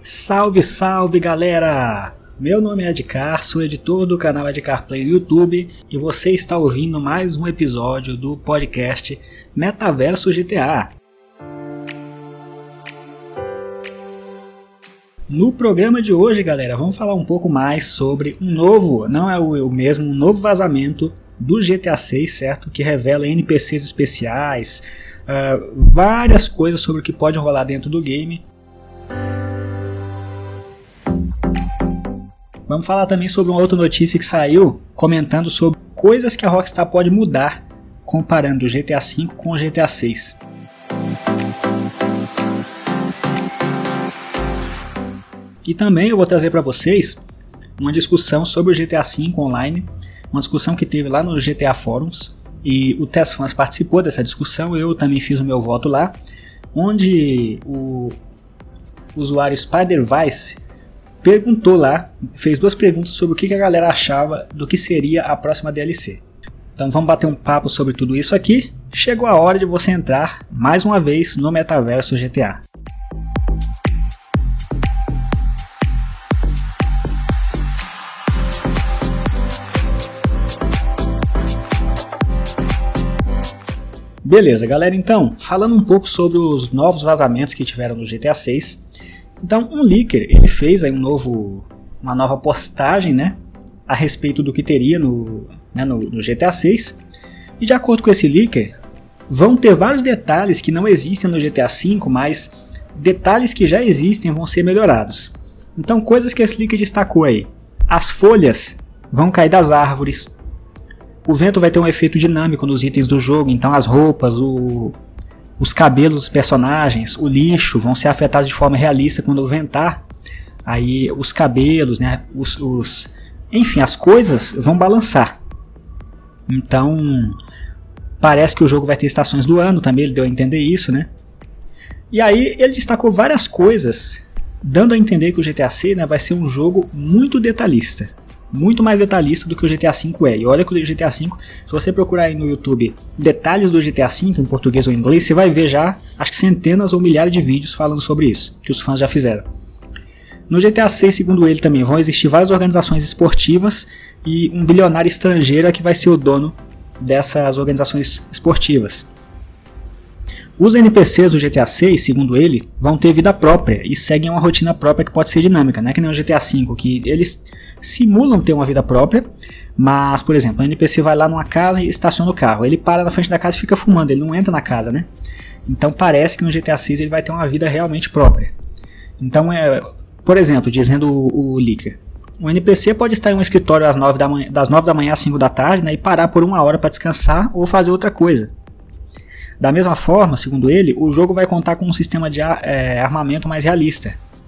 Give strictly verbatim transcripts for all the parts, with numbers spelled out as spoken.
Salve, salve galera! Meu nome é Edgar, sou editor do canal Edgar Play no YouTube e você está ouvindo mais um episódio do podcast Metaverso G T A. No programa de hoje, galera, vamos falar um pouco mais sobre um novo, não é o mesmo, um novo vazamento do G T A seis, certo? Que revela N P Cs especiais, uh, várias coisas sobre o que pode rolar dentro do game. Vamos falar também sobre uma outra notícia que saiu, comentando sobre coisas que a Rockstar pode mudar comparando o G T A cinco com o G T A seis. E também eu vou trazer para vocês uma discussão sobre o G T A cinco online, uma discussão que teve lá no G T A Forums, e o TestFans participou dessa discussão, eu também fiz o meu voto lá, onde o usuário SpiderVice perguntou lá, fez duas perguntas sobre o que a galera achava do que seria a próxima D L C. Então vamos bater um papo sobre tudo isso aqui. Chegou a hora de você entrar mais uma vez no Metaverso G T A. Beleza, galera, então, falando um pouco sobre os novos vazamentos que tiveram no G T A seis. Então, um leaker, ele fez aí um novo, uma nova postagem, né, a respeito do que teria no, né, no, no G T A seis. E de acordo com esse leaker, vão ter vários detalhes que não existem no G T A cinco, mas detalhes que já existem vão ser melhorados. Então, coisas que esse leaker destacou aí. As folhas vão cair das árvores. O vento vai ter um efeito dinâmico nos itens do jogo, então as roupas, o... os cabelos dos personagens, o lixo vão ser afetados de forma realista quando ventar. Aí os cabelos, né, os, os, enfim, as coisas vão balançar. Então, parece que o jogo vai ter estações do ano também, ele deu a entender isso, né? E aí ele destacou várias coisas, dando a entender que o G T A seis, né, vai ser um jogo muito detalhista. Muito mais detalhista do que o G T A cinco é. E olha que o G T A cinco, se você procurar aí no YouTube detalhes do G T A cinco em português ou em inglês, você vai ver já, acho que centenas ou milhares de vídeos falando sobre isso, que os fãs já fizeram. No G T A seis, segundo ele também, vão existir várias organizações esportivas e um bilionário estrangeiro é que vai ser o dono dessas organizações esportivas. Os N P Cs do G T A seis, segundo ele, vão ter vida própria e seguem uma rotina própria que pode ser dinâmica, não é que nem o G T A cinco, que eles simulam ter uma vida própria, mas, por exemplo, o N P C vai lá numa casa e estaciona o carro, ele para na frente da casa e fica fumando, ele não entra na casa, né? Então parece que no G T A seis ele vai ter uma vida realmente própria. Então, é, por exemplo, dizendo o, o leaker, o N P C pode estar em um escritório às nove da manhã, das nove da manhã às cinco da tarde, né, e parar por uma hora para descansar ou fazer outra coisa. Da mesma forma, segundo ele, o jogo vai contar com um sistema de ar, é, armamento mais realista.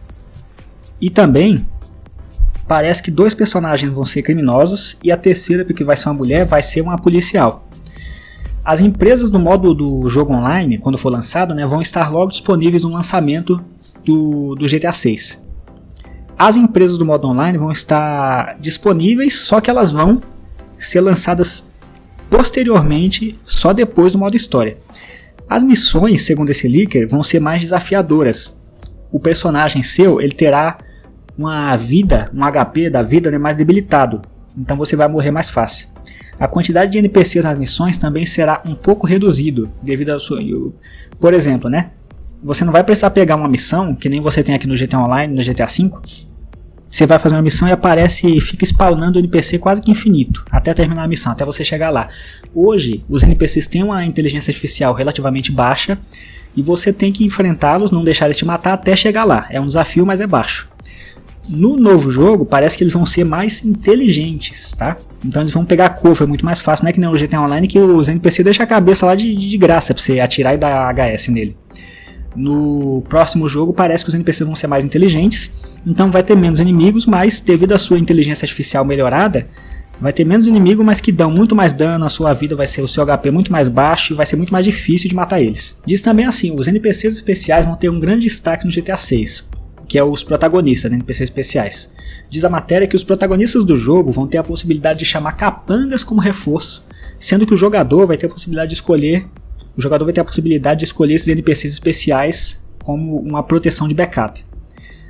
E também, parece que dois personagens vão ser criminosos e a terceira, que vai ser uma mulher, vai ser uma policial. As empresas do modo do jogo online, quando for lançado, né, vão estar logo disponíveis no lançamento do, do G T A seis. As empresas do modo online vão estar disponíveis, só que elas vão ser lançadas posteriormente, só depois do modo história. As missões, segundo esse leaker, vão ser mais desafiadoras. O personagem seu, ele terá uma vida, um H P da vida, né, mais debilitado, então você vai morrer mais fácil. A quantidade de N P Cs nas missões também será um pouco reduzido, devido a sua... Por exemplo, né, você não vai precisar pegar uma missão, que nem você tem aqui no G T A Online, no G T A cinco, você vai fazer uma missão e aparece e fica spawnando o N P C quase que infinito, até terminar a missão, até você chegar lá. Hoje, os N P Cs têm uma inteligência artificial relativamente baixa, e você tem que enfrentá-los, não deixar eles te matar até chegar lá. É um desafio, mas é baixo. No novo jogo, parece que eles vão ser mais inteligentes, tá? Então eles vão pegar cover muito mais fácil, não é que nem o G T A Online que os N P C deixam a cabeça lá de, de graça pra você atirar e dar H S nele. No próximo jogo parece que os N P Cs vão ser mais inteligentes, então vai ter menos inimigos, mas devido à sua inteligência artificial melhorada, vai ter menos inimigos, mas que dão muito mais dano, a sua vida vai ser, o seu H P muito mais baixo e vai ser muito mais difícil de matar eles. Diz também assim, os N P Cs especiais vão ter um grande destaque no G T A seis, que é os protagonistas, né, N P Cs especiais. Diz a matéria que os protagonistas do jogo vão ter a possibilidade de chamar capangas como reforço, sendo que o jogador vai ter a possibilidade de escolher, o jogador vai ter a possibilidade de escolher esses N P Cs especiais como uma proteção de backup.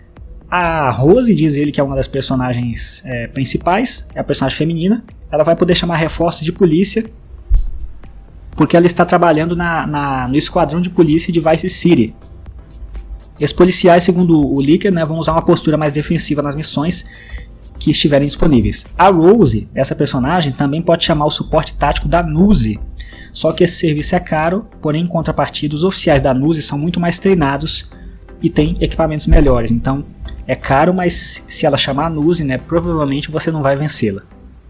A Rose, diz ele que é uma das personagens é, principais, é a personagem feminina. Ela vai poder chamar reforços de polícia, porque ela está trabalhando na, na, no esquadrão de polícia de Vice City. Esses policiais, segundo o Licker, né, vão usar uma postura mais defensiva nas missões que estiverem disponíveis. A Rose, essa personagem, também pode chamar o suporte tático da N U S E, só que esse serviço é caro, porém em contrapartida os oficiais da N U S E são muito mais treinados e têm equipamentos melhores, então é caro, mas se ela chamar a N U S E, né, provavelmente você não vai vencê-la.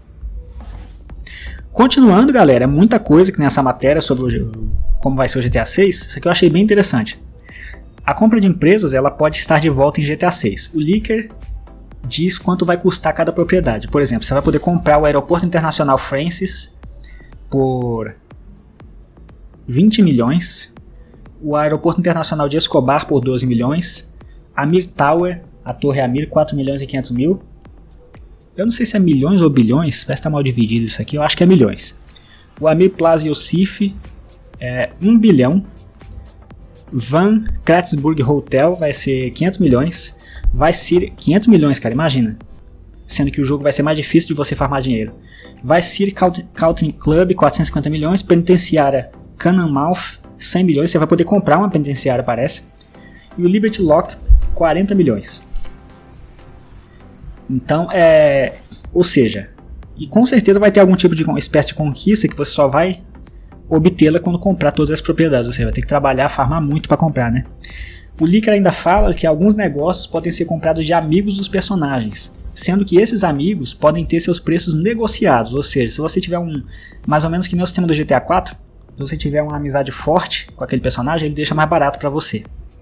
Continuando, galera, é muita coisa que nessa matéria sobre o, como vai ser o G T A seis, isso aqui eu achei bem interessante. A compra de empresas ela pode estar de volta em G T A seis. O Licker diz quanto vai custar cada propriedade. Por exemplo, você vai poder comprar o Aeroporto Internacional Francis por vinte milhões, o Aeroporto Internacional de Escobar por doze milhões, a Mir Tower, a Torre Amir, quatro milhões e quinhentos mil. Eu não sei se é milhões ou bilhões, parece que está mal dividido isso aqui, eu acho que é milhões. O Amir Plaza Yossif é um bilhão. Van Kratzburg Hotel vai ser quinhentos milhões. Vai ser quinhentos milhões, cara, imagina. Sendo que o jogo vai ser mais difícil de você farmar dinheiro. Vai ser Country Club, quatrocentos e cinquenta milhões. Penitenciária Cannonmouth, cem milhões. Você vai poder comprar uma penitenciária, parece. E o Liberty Lock, quarenta milhões. Então, é... Ou seja, e com certeza vai ter algum tipo de espécie de conquista que você só vai obtê-la quando comprar todas as propriedades. Ou seja, vai ter que trabalhar, farmar muito para comprar, né? O Licker ainda fala que alguns negócios podem ser comprados de amigos dos personagens, sendo que esses amigos podem ter seus preços negociados. Ou seja, se você tiver um, mais ou menos que nem o sistema do G T A quatro, se você tiver uma amizade forte com aquele personagem, ele deixa mais barato para você.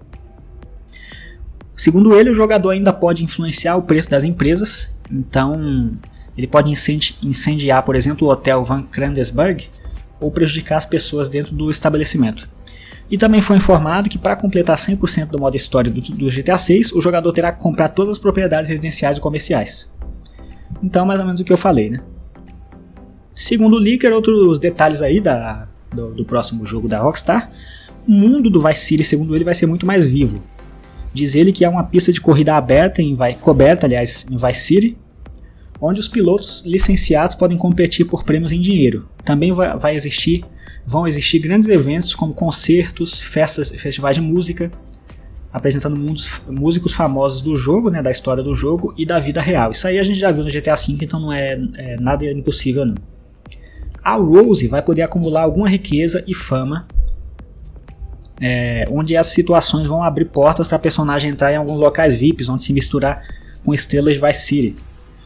Segundo ele, o jogador ainda pode influenciar o preço das empresas, então ele pode incendiar, por exemplo, o Hotel Van Krandesburg ou prejudicar as pessoas dentro do estabelecimento. E também foi informado que para completar cem por cento do modo história do, do G T A seis, o jogador terá que comprar todas as propriedades residenciais e comerciais. Então, mais ou menos o que eu falei, né? Segundo o Licker, outros detalhes aí da, do, do próximo jogo da Rockstar, o mundo do Vice City, segundo ele, vai ser muito mais vivo. Diz ele que é uma pista de corrida aberta, em, coberta, aliás, em Vice City, onde os pilotos licenciados podem competir por prêmios em dinheiro. Também vai, vai existir, vão existir grandes eventos como concertos, festas, festivais de música, apresentando mundos, músicos famosos do jogo, né, da história do jogo e da vida real. Isso aí a gente já viu no G T A cinco, então não é, é nada impossível não. A Rose vai poder acumular alguma riqueza e fama, é, onde as situações vão abrir portas para a personagem entrar em alguns locais V I Ps, onde se misturar com estrelas de Vice City.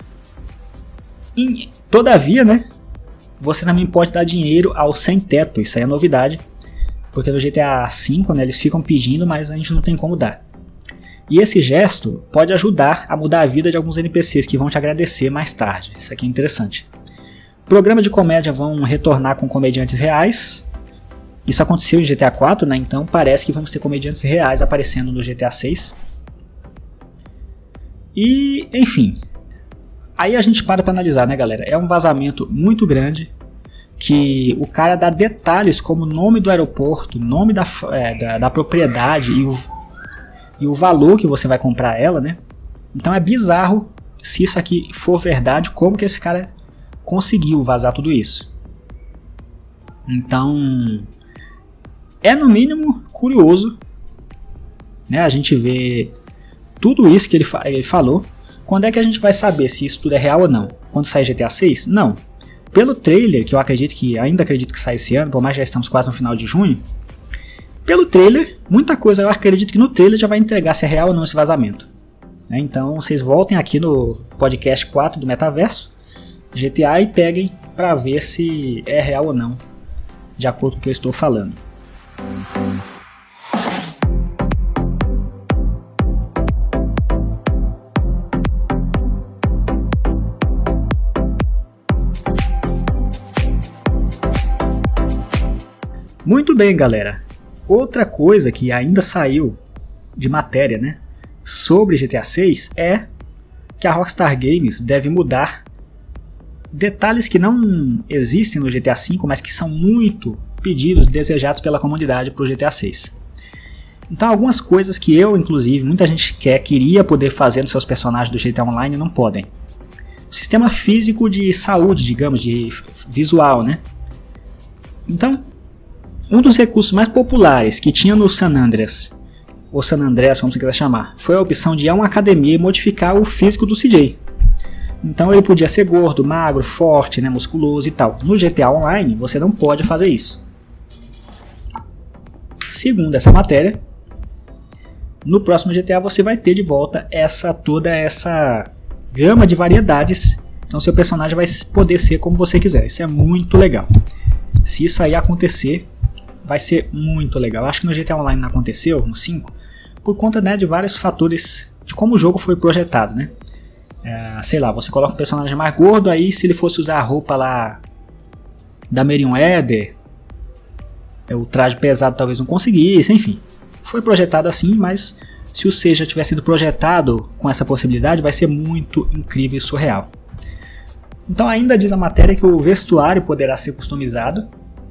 E, todavia, né, você também pode dar dinheiro ao sem teto, isso aí é novidade, porque no G T A cinco, né, eles ficam pedindo, mas a gente não tem como dar. E esse gesto pode ajudar a mudar a vida de alguns N P Cs que vão te agradecer mais tarde, isso aqui é interessante. Programas de comédia vão retornar com comediantes reais, isso aconteceu em G T A quatro, né, então parece que vamos ter comediantes reais aparecendo no G T A seis. E, enfim... Aí a gente para para analisar, né, galera? É um vazamento muito grande que o cara dá detalhes como o nome do aeroporto, nome da, é, da, da propriedade e o, e o valor que você vai comprar ela, né? Então é bizarro se isso aqui for verdade, como que esse cara conseguiu vazar tudo isso. Então é no mínimo curioso, né? A gente vê tudo isso que ele, fa- ele falou. Quando é que a gente vai saber se isso tudo é real ou não? Quando sair G T A seis? Não. Pelo trailer, que eu acredito que, ainda acredito que sai esse ano, por mais que já estamos quase no final de junho, pelo trailer, muita coisa eu acredito que no trailer já vai entregar se é real ou não esse vazamento. Né? Então vocês voltem aqui no podcast quatro do Metaverso, G T A, e peguem para ver se é real ou não, de acordo com o que eu estou falando. Muito bem, galera. Outra coisa que ainda saiu de matéria, né, sobre G T A seis é que a Rockstar Games deve mudar detalhes que não existem no G T A cinco, mas que são muito pedidos, desejados pela comunidade para o G T A seis. Então algumas coisas que eu, inclusive, muita gente quer, queria poder fazer nos seus personagens do G T A Online não podem. O sistema físico de saúde, digamos, de visual, né? Então, um dos recursos mais populares que tinha no San Andreas, ou San Andreas, como você quiser chamar, foi a opção de ir a uma academia e modificar o físico do C J. Então ele podia ser gordo, magro, forte, né, musculoso e tal. No G T A Online você não pode fazer isso. Segundo essa matéria, no próximo G T A você vai ter de volta essa toda essa gama de variedades. Então seu personagem vai poder ser como você quiser. Isso é muito legal. Se isso aí acontecer, vai ser muito legal. Acho que no G T A Online não aconteceu, no cinco, por conta, né, de vários fatores de como o jogo foi projetado, né? É, sei lá, você coloca um personagem mais gordo, aí se ele fosse usar a roupa lá da Merryweather, o traje pesado talvez não conseguisse, enfim. Foi projetado assim, mas se o C já tiver sido projetado com essa possibilidade, vai ser muito incrível e surreal. Então ainda diz a matéria que o vestuário poderá ser customizado.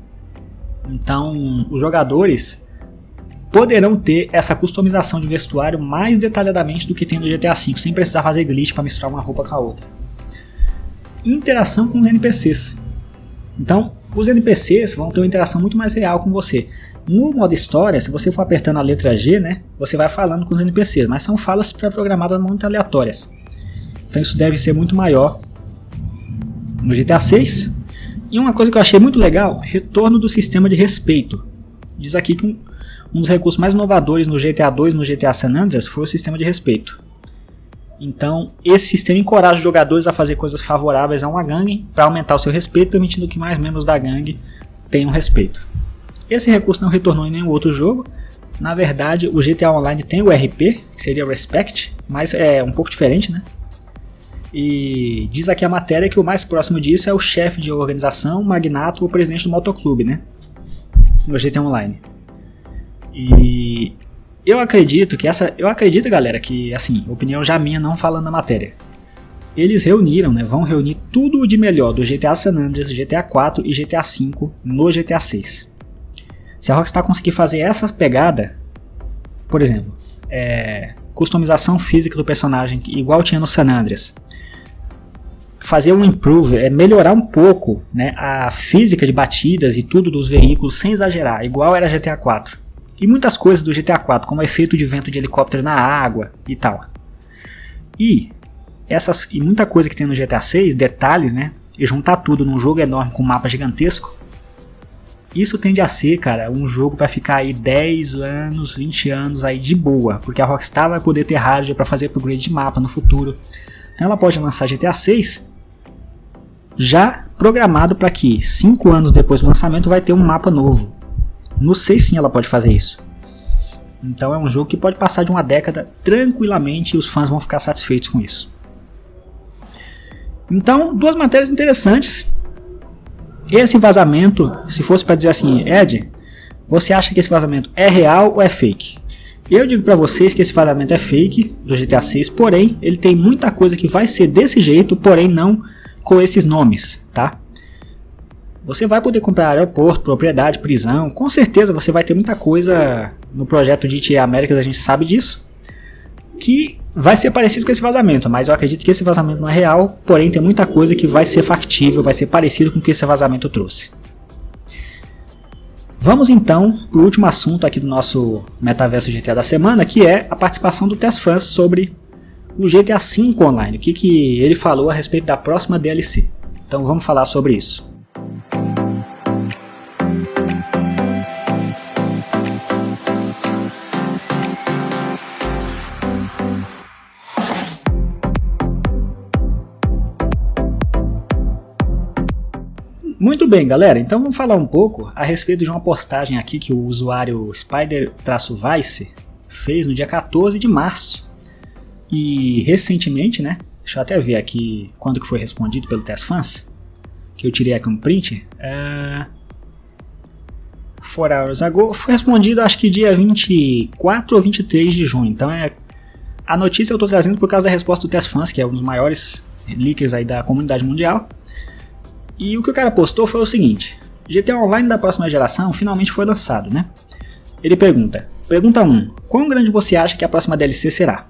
Então os jogadores poderão ter essa customização de vestuário mais detalhadamente do que tem no G T A cinco, sem precisar fazer glitch para misturar uma roupa com a outra. Interação com os N P Cs. Então, os N P Cs vão ter uma interação muito mais real com você. No modo história, se você for apertando a letra G, né, você vai falando com os N P Cs, mas são falas pré-programadas muito aleatórias. Então isso deve ser muito maior no G T A seis. E uma coisa que eu achei muito legal, retorno do sistema de respeito. Diz aqui que um Um dos recursos mais inovadores no G T A dois e no G T A San Andreas foi o sistema de respeito. Então, esse sistema encoraja os jogadores a fazer coisas favoráveis a uma gangue para aumentar o seu respeito, permitindo que mais membros da gangue tenham respeito. Esse recurso não retornou em nenhum outro jogo. Na verdade, o G T A Online tem o R P, que seria Respect, mas é um pouco diferente, né? E diz aqui a matéria que o mais próximo disso é o chefe de organização, magnato ou presidente do motoclube, né? No G T A Online. E eu acredito que essa, eu acredito, galera, que assim, opinião já minha, não falando na matéria. Eles reuniram, né, vão reunir tudo de melhor do G T A San Andreas, G T A quatro e G T A cinco no G T A seis. Se a Rockstar conseguir fazer essa pegada, por exemplo, é, customização física do personagem igual tinha no San Andreas, fazer um improve, é melhorar um pouco, né, a física de batidas e tudo dos veículos sem exagerar, igual era G T A quatro. E muitas coisas do G T A quatro, como o efeito de vento de helicóptero na água e tal. E, essas, e muita coisa que tem no G T A seis, detalhes, né? E juntar tudo num jogo enorme com um mapa gigantesco. Isso tende a ser, cara, um jogo para ficar aí dez anos, vinte anos aí de boa. Porque a Rockstar vai poder ter hardware para fazer upgrade de mapa no futuro. Então ela pode lançar G T A seis já programado para que cinco anos depois do lançamento vai ter um mapa novo. No seis sim ela pode fazer isso. Então é um jogo que pode passar de uma década tranquilamente e os fãs vão ficar satisfeitos com isso. Então, duas matérias interessantes. Esse vazamento, se fosse para dizer assim, Ed, você acha que esse vazamento é real ou é fake? Eu digo para vocês que esse vazamento é fake do G T A seis, porém ele tem muita coisa que vai ser desse jeito, porém não com esses nomes, tá? Você vai poder comprar aeroporto, propriedade, prisão. Com certeza você vai ter muita coisa no projeto de G T A Americas, a gente sabe disso, que vai ser parecido com esse vazamento, mas eu acredito que esse vazamento não é real, porém tem muita coisa que vai ser factível, vai ser parecido com o que esse vazamento trouxe. Vamos então para o último assunto aqui do nosso Metaverso G T A da semana, que é a participação do TesFans sobre o G T A cinco Online, o que, que ele falou a respeito da próxima D L C. Então vamos falar sobre isso. Muito bem, galera, então vamos falar um pouco a respeito de uma postagem aqui que o usuário Spider-Vice fez no dia quatorze de março. E recentemente, né, deixa eu até ver aqui quando que foi respondido pelo TesFans, que eu tirei aqui um print, é... four hours ago, foi respondido acho que dia vinte e quatro ou vinte e três de junho, então é... a notícia eu estou trazendo por causa da resposta do TesFans, que é um dos maiores leakers aí da comunidade mundial. E o que o cara postou foi o seguinte: G T A Online da próxima geração finalmente foi lançado, né? Ele pergunta: Pergunta um. Quão grande você acha que a próxima D L C será?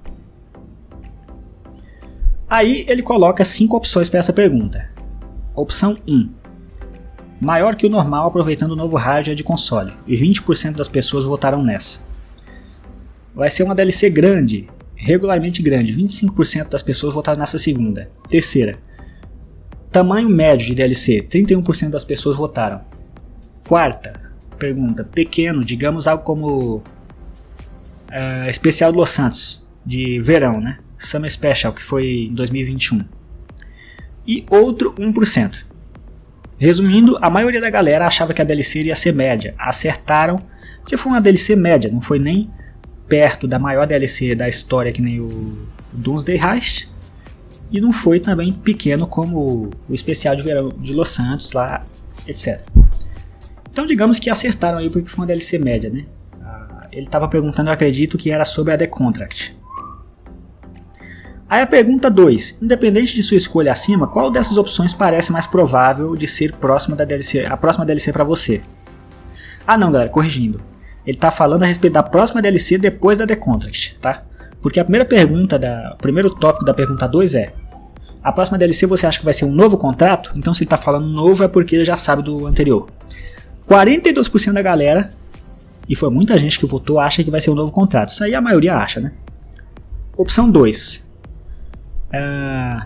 Aí ele coloca cinco opções para essa pergunta. Opção um. Maior que o normal aproveitando o novo hardware de console. E vinte por cento das pessoas votaram nessa. Vai ser uma D L C grande. Regularmente grande. vinte e cinco por cento das pessoas votaram nessa segunda. Terceira. Tamanho médio de D L C. trinta e um por cento das pessoas votaram. Quarta pergunta. Pequeno. Digamos algo como... Uh, especial do Los Santos. De verão, né? Summer Special, que foi em dois mil e vinte e um. E outro um por cento. Resumindo, a maioria da galera achava que a D L C iria ser média. Acertaram, porque foi uma D L C média, não foi nem perto da maior D L C da história que nem o Doomsday Heist. E não foi também pequeno como o especial de verão de Los Santos, lá, etcétera. Então digamos que acertaram aí porque foi uma D L C média, né? Ele estava perguntando, eu acredito, que era sobre a The Contract. Aí a pergunta dois. Independente de sua escolha acima, qual dessas opções parece mais provável de ser próxima da D L C, a próxima D L C para você? Ah não, galera, corrigindo. Ele está falando a respeito da próxima D L C depois da The Contract, tá? Porque a primeira pergunta, da, o primeiro tópico da pergunta dois é: a próxima D L C você acha que vai ser um novo contrato? Então se ele está falando novo é porque ele já sabe do anterior. quarenta e dois por cento da galera, e foi muita gente que votou, acha que vai ser um novo contrato. Isso aí a maioria acha, né? Opção dois. Uh,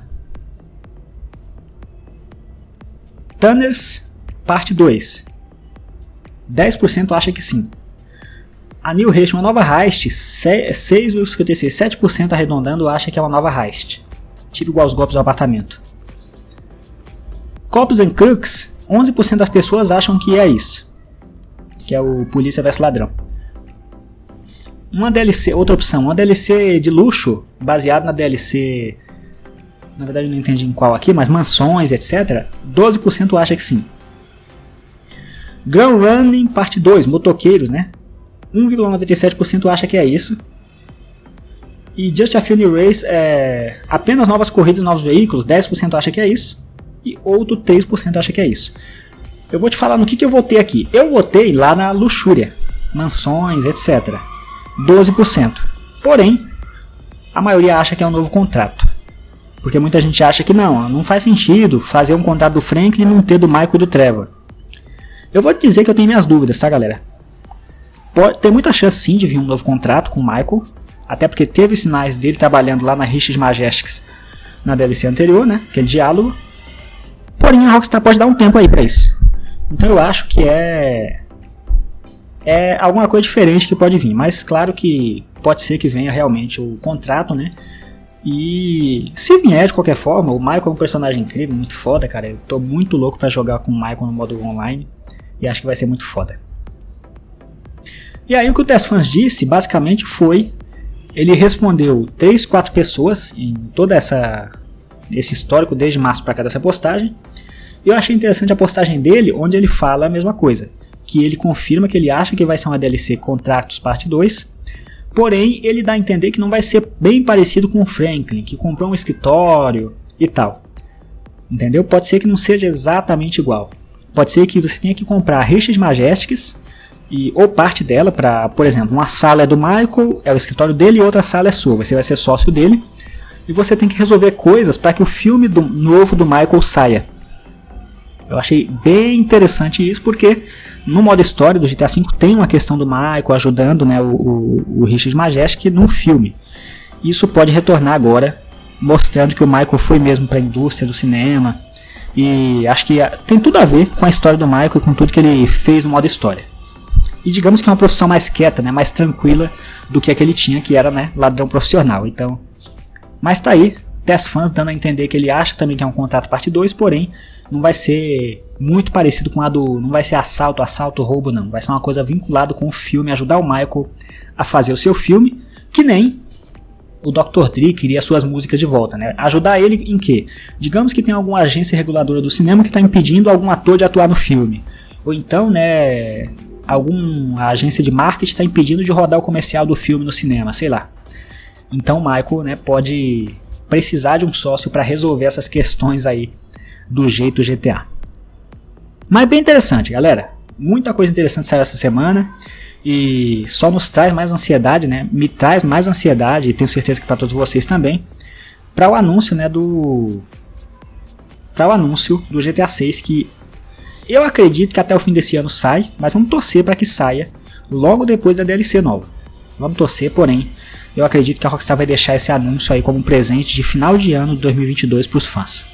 Tanners parte dois. dez por cento acha que sim. A New Heist, uma nova heist, seis vírgula cinquenta e seis, sete por cento arredondando acha que é uma nova heist. Tipo igual os golpes do apartamento. Cops and Crooks, onze por cento das pessoas acham que é isso. Que é o Polícia versus Ladrão. Uma D L C, outra opção, uma D L C de luxo, baseada na D L C... Na verdade eu não entendi em qual aqui, mas mansões, etcétera. doze por cento acha que sim. Gun Running parte dois, motoqueiros, né? um vírgula noventa e sete por cento acha que é isso. E Just a Few Race, é, apenas novas corridas e novos veículos, dez por cento acha que é isso. E outro três por cento acha que é isso. Eu vou te falar no que, que eu votei aqui. Eu votei lá na luxúria, mansões, etcétera. doze por cento. Porém, a maioria acha que é um novo contrato. Porque muita gente acha que não, não faz sentido fazer um contrato do Franklin e não ter do Michael e do Trevor. Eu vou te dizer que eu tenho minhas dúvidas, tá, galera? Pode ter muita chance sim de vir um novo contrato com o Michael. Até porque teve sinais dele trabalhando lá na Richard Majestics na D L C anterior, né? Aquele diálogo. Porém, a Rockstar pode dar um tempo aí pra isso. Então eu acho que é... É alguma coisa diferente que pode vir. Mas claro que pode ser que venha realmente o contrato, né? E se vier de qualquer forma, o Michael é um personagem incrível, muito foda, cara. Eu tô muito louco pra jogar com o Michael no modo online. E acho que vai ser muito foda. E aí o que o TestFans disse, basicamente foi... Ele respondeu três, quatro pessoas em toda essa... Esse histórico desde março pra cá dessa postagem. E eu achei interessante a postagem dele, onde ele fala a mesma coisa. Que ele confirma que ele acha que vai ser uma D L C Contratos parte dois. Porém, ele dá a entender que não vai ser bem parecido com o Franklin, que comprou um escritório e tal. Entendeu? Pode ser que não seja exatamente igual. Pode ser que você tenha que comprar a Richard Majestics, e, ou parte dela, para, por exemplo, uma sala é do Michael, é o escritório dele, e outra sala é sua. Você vai ser sócio dele. E você tem que resolver coisas para que o filme do, novo do Michael saia. Eu achei bem interessante isso, porque no modo história do G T A cinco tem uma questão do Michael ajudando, né, o, o, o Richard Majestic no filme. Isso pode retornar agora, mostrando que o Michael foi mesmo para a indústria do cinema. E acho que tem tudo a ver com a história do Michael e com tudo que ele fez no modo história. E digamos que é uma profissão mais quieta, né, mais tranquila do que a que ele tinha, que era, né, ladrão profissional. Então, mas tá aí, TestFans dando a entender que ele acha também que é um contrato parte dois, porém não vai ser muito parecido com a do... Não vai ser assalto, assalto, roubo, não. Vai ser uma coisa vinculada com o filme, ajudar o Michael a fazer o seu filme, que nem o doutor Dre queria suas músicas de volta, né? Ajudar ele em quê? Digamos que tem alguma agência reguladora do cinema que está impedindo algum ator de atuar no filme. Ou então, né, alguma agência de marketing está impedindo de rodar o comercial do filme no cinema, sei lá. Então o Michael, né, pode precisar de um sócio para resolver essas questões aí do jeito G T A. Mas bem interessante, galera. muita coisa interessante saiu essa semana e só nos traz mais ansiedade, né? Me traz mais ansiedade, e tenho certeza que para todos vocês também, para o anúncio, né, do para o anúncio do G T A seis, que eu acredito que até o fim desse ano sai, mas vamos torcer para que saia logo depois da D L C nova. Vamos torcer, porém, eu acredito que a Rockstar vai deixar esse anúncio aí como um presente de final de ano de dois mil e vinte e dois para os fãs.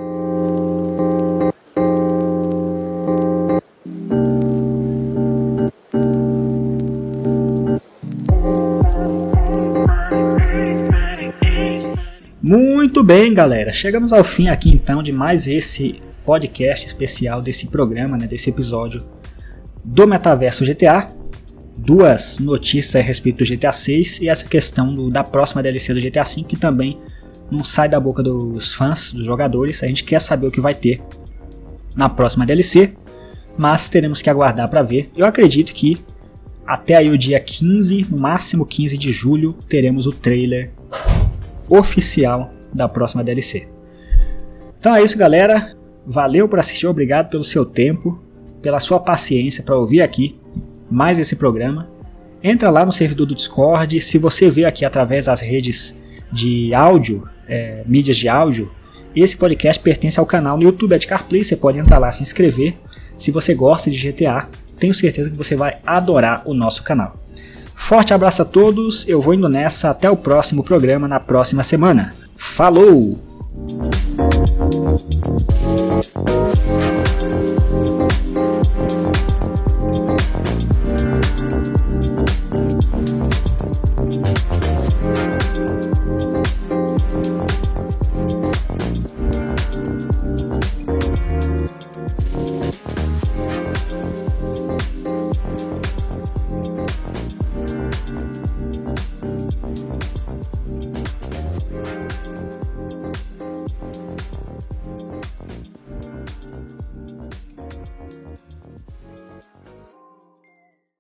Muito bem, galera, chegamos ao fim aqui então de mais esse podcast especial desse programa, né, desse episódio do Metaverso G T A. Duas notícias a respeito do G T A seis e essa questão do, da próxima D L C do G T A cinco, que também não sai da boca dos fãs, dos jogadores. A gente quer saber o que vai ter na próxima D L C, mas teremos que aguardar para ver. Eu acredito que até aí o dia quinze, no máximo quinze de julho, teremos o trailer oficial da próxima D L C. Então é isso, galera. Valeu por assistir, obrigado pelo seu tempo, pela sua paciência para ouvir aqui mais esse programa. Entra lá no servidor do Discord. Se você vê aqui através das redes de áudio, é, mídias de áudio, esse podcast pertence ao canal no YouTube Edgar Play. Você pode entrar lá, se inscrever. Se você gosta de G T A, tenho certeza que você vai adorar o nosso canal. Forte abraço a todos, eu vou indo nessa, até o próximo programa na próxima semana. Falou!